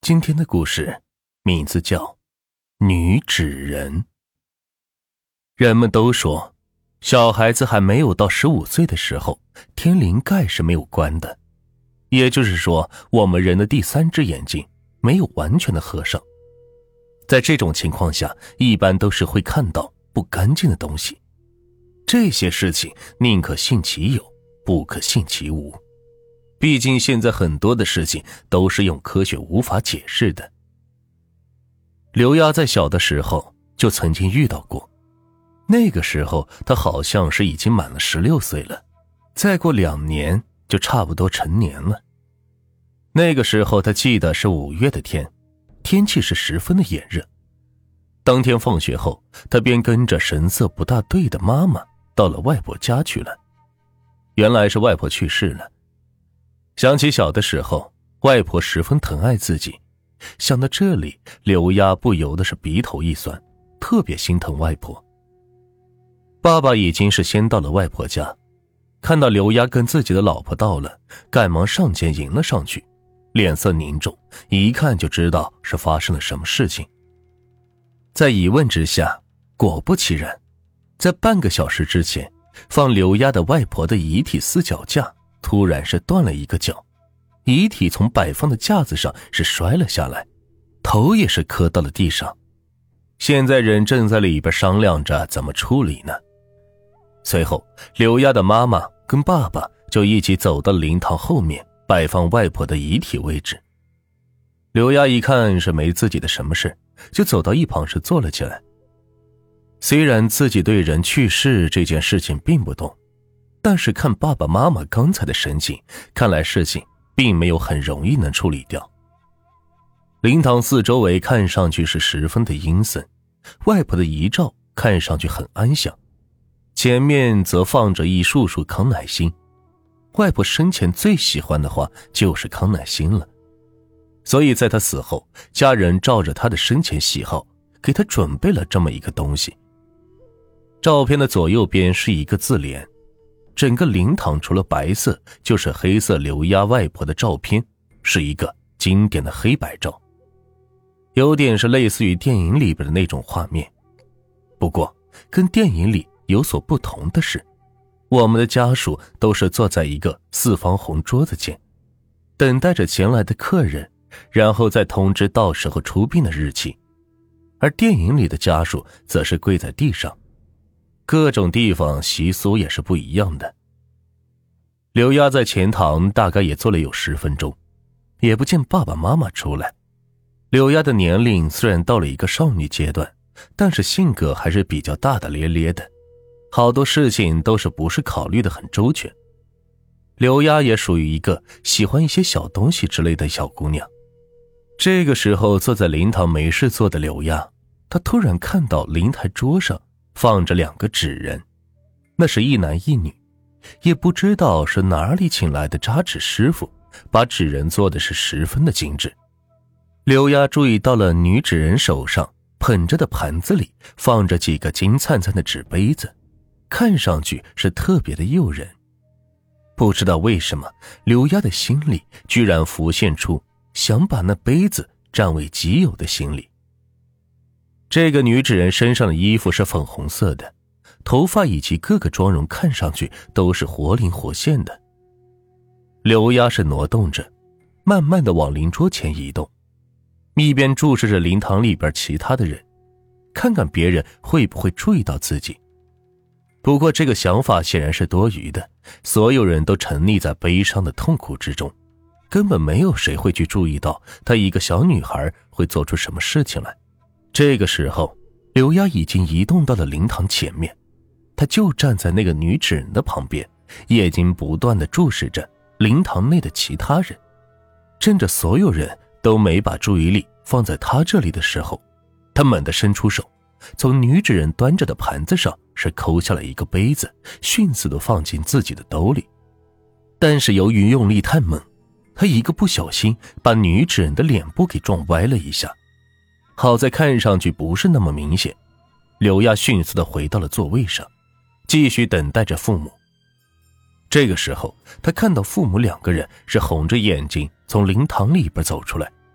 今天的故事名字叫女纸人。人们都说小孩子还没有到15岁的时候，天灵盖是没有关的，也就是说我们人的第三只眼睛没有完全的合上。在这种情况下，一般都是会看到不干净的东西，这些事情宁可信其有，不可信其无。毕竟现在很多的事情都是用科学无法解释的。刘丫在小的时候就曾经遇到过，那个时候她好像是已经满了16岁了，再过2年就差不多成年了。那个时候她记得是5月的天气是十分的炎热。当天放学后，她便跟着神色不大对的妈妈到了外婆家去了。原来是外婆去世了。想起小的时候，外婆十分疼爱自己，想到这里，刘丫不由得是鼻头一酸，特别心疼外婆。爸爸已经是先到了外婆家，看到刘丫跟自己的老婆到了，赶忙上前迎了上去，脸色凝重，一看就知道是发生了什么事情。在一问之下，果不其然，在半个小时之前，放刘丫的外婆的遗体4脚架突然是断了一个脚，遗体从摆放的架子上是摔了下来，头也是磕到了地上。现在人正在里边商量着怎么处理呢。随后刘丫的妈妈跟爸爸就一起走到灵堂后面摆放外婆的遗体位置。刘丫一看是没自己的什么事，就走到一旁是坐了起来。虽然自己对人去世这件事情并不懂，但是看爸爸妈妈刚才的神情，看来事情并没有很容易能处理掉。灵堂四周围看上去是十分的阴森，外婆的遗照看上去很安详，前面则放着一束束康乃馨。外婆生前最喜欢的花就是康乃馨了，所以在她死后，家人照着她的生前喜好，给她准备了这么一个东西。照片的左右边是一个字联，整个灵堂除了白色就是黑色刘丫外婆的照片，是一个经典的黑白照，有点是类似于电影里边的那种画面。不过跟电影里有所不同的是，我们的家属都是坐在一个4方红桌子前，等待着前来的客人，然后再通知到时候出殡的日期，而电影里的家属则是跪在地上。各种地方习俗也是不一样的。刘丫在前堂大概也坐了有10分钟，也不见爸爸妈妈出来。刘丫的年龄虽然到了一个少女阶段，但是性格还是比较大大咧咧的，好多事情都是不是考虑得很周全。刘丫也属于一个喜欢一些小东西之类的小姑娘。这个时候坐在灵堂没事做的刘丫，她突然看到灵台桌上放着2个纸人，那是一男一女，也不知道是哪里请来的扎纸师傅，把纸人做的是十分的精致。刘丫注意到了女纸人手上捧着的盘子里放着几个金灿灿的纸杯子，看上去是特别的诱人。不知道为什么，刘丫的心里居然浮现出想把那杯子占为己有的心理。这个女纸人身上的衣服是粉红色的，头发以及各个妆容看上去都是活灵活现的。刘丫是挪动着，慢慢地往灵桌前移动，一边注视着灵堂里边其他的人，看看别人会不会注意到自己。不过这个想法显然是多余的，所有人都沉溺在悲伤的痛苦之中，根本没有谁会去注意到她一个小女孩会做出什么事情来。这个时候，刘丫已经移动到了灵堂前面，她就站在那个女纸人的旁边，眼睛不断地注视着灵堂内的其他人。趁着所有人都没把注意力放在她这里的时候，她猛地伸出手，从女纸人端着的盘子上是抠下了一个杯子，迅速地放进自己的兜里。但是由于用力太猛，她一个不小心把女纸人的脸部给撞歪了一下，好在看上去不是那么明显。刘丫迅速地回到了座位上，继续等待着父母。这个时候，他看到父母2个人是红着眼睛从灵堂里边走出来，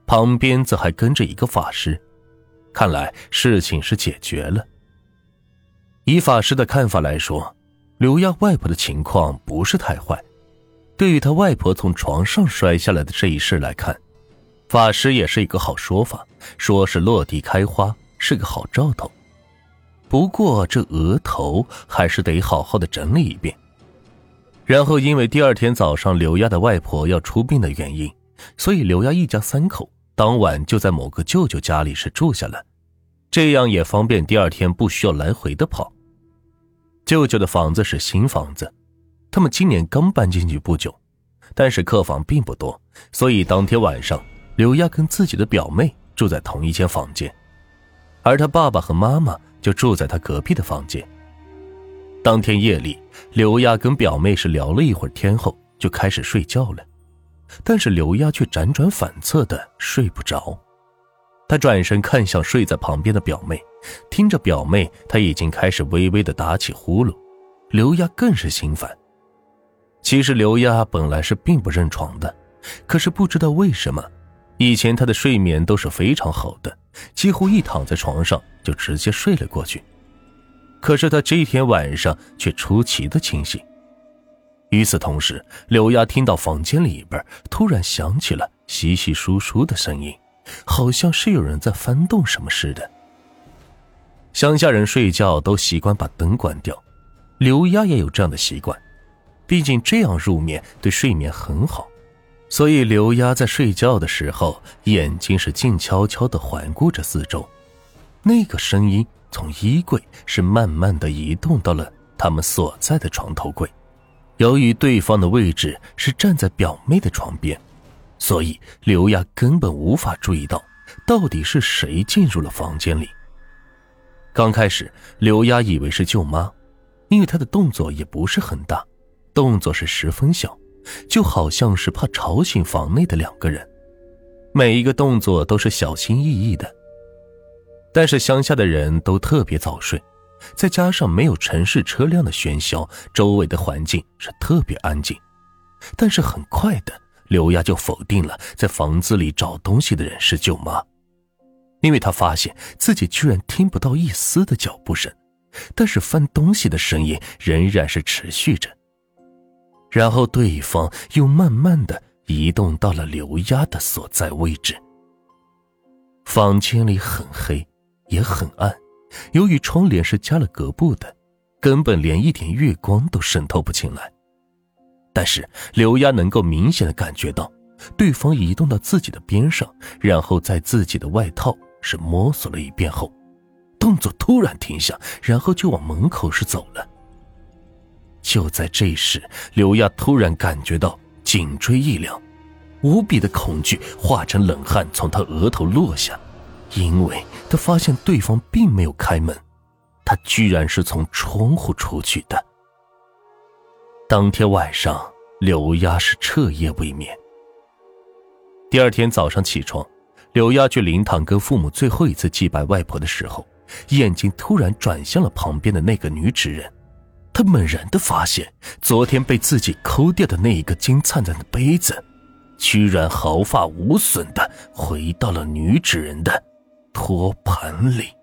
旁边则还跟着一个法师，看来事情是解决了。以法师的看法来说，刘亚外婆的情况不是太坏，对于他外婆从床上摔下来的这一事来看，法师也是一个好说法，说是落地开花，是个好兆头。不过这额头还是得好好的整理一遍。然后因为第二天早上刘亚的外婆要出殡的原因，所以刘亚一家3口当晚就在某个舅舅家里是住下了，这样也方便第二天不需要来回的跑。舅舅的房子是新房子，他们今年刚搬进去不久，但是客房并不多，所以当天晚上刘亚跟自己的表妹住在同一间房间，而他爸爸和妈妈就住在他隔壁的房间。当天夜里，刘亚跟表妹是聊了一会儿天后就开始睡觉了，但是刘亚却辗转反侧的睡不着。他转身看向睡在旁边的表妹，听着表妹她已经开始微微的打起呼噜，刘亚更是心烦。其实刘亚本来是并不认床的，可是不知道为什么，以前他的睡眠都是非常好的，几乎一躺在床上就直接睡了过去。可是他这一天晚上却出奇的清醒。与此同时，刘亚听到房间里边突然响起了稀稀疏疏的声音，好像是有人在翻动什么似的。乡下人睡觉都习惯把灯关掉，刘亚也有这样的习惯，毕竟这样入眠对睡眠很好。所以刘亚在睡觉的时候，眼睛是静悄悄地环顾着四周。那个声音从衣柜是慢慢地移动到了他们所在的床头柜。由于对方的位置是站在表妹的床边，所以刘亚根本无法注意到到底是谁进入了房间里。刚开始刘亚以为是舅妈，因为她的动作也不是很大，动作是十分小，就好像是怕吵醒房内的2个人，每一个动作都是小心翼翼的。但是乡下的人都特别早睡，再加上没有城市车辆的喧嚣，周围的环境是特别安静。但是很快的，刘亚就否定了在房子里找东西的人是舅妈，因为他发现自己居然听不到一丝的脚步声，但是翻东西的声音仍然是持续着。然后对方又慢慢的移动到了刘亚的所在位置。房间里很黑也很暗，由于窗帘是加了隔布的，根本连一点月光都渗透不进来。但是刘亚能够明显的感觉到对方移动到自己的边上，然后在自己的外套是摸索了一遍后，动作突然停下，然后就往门口是走了。就在这时，刘亚突然感觉到颈椎一凉，无比的恐惧化成冷汗从他额头落下，因为他发现对方并没有开门，他居然是从窗户出去的。当天晚上，刘亚是彻夜未眠。第二天早上起床，刘亚去灵堂跟父母最后一次祭拜外婆的时候，眼睛突然转向了旁边的那个女纸人。他猛然地发现，昨天被自己抠掉的那一个金灿灿的杯子，居然毫发无损地回到了女纸人的托盘里。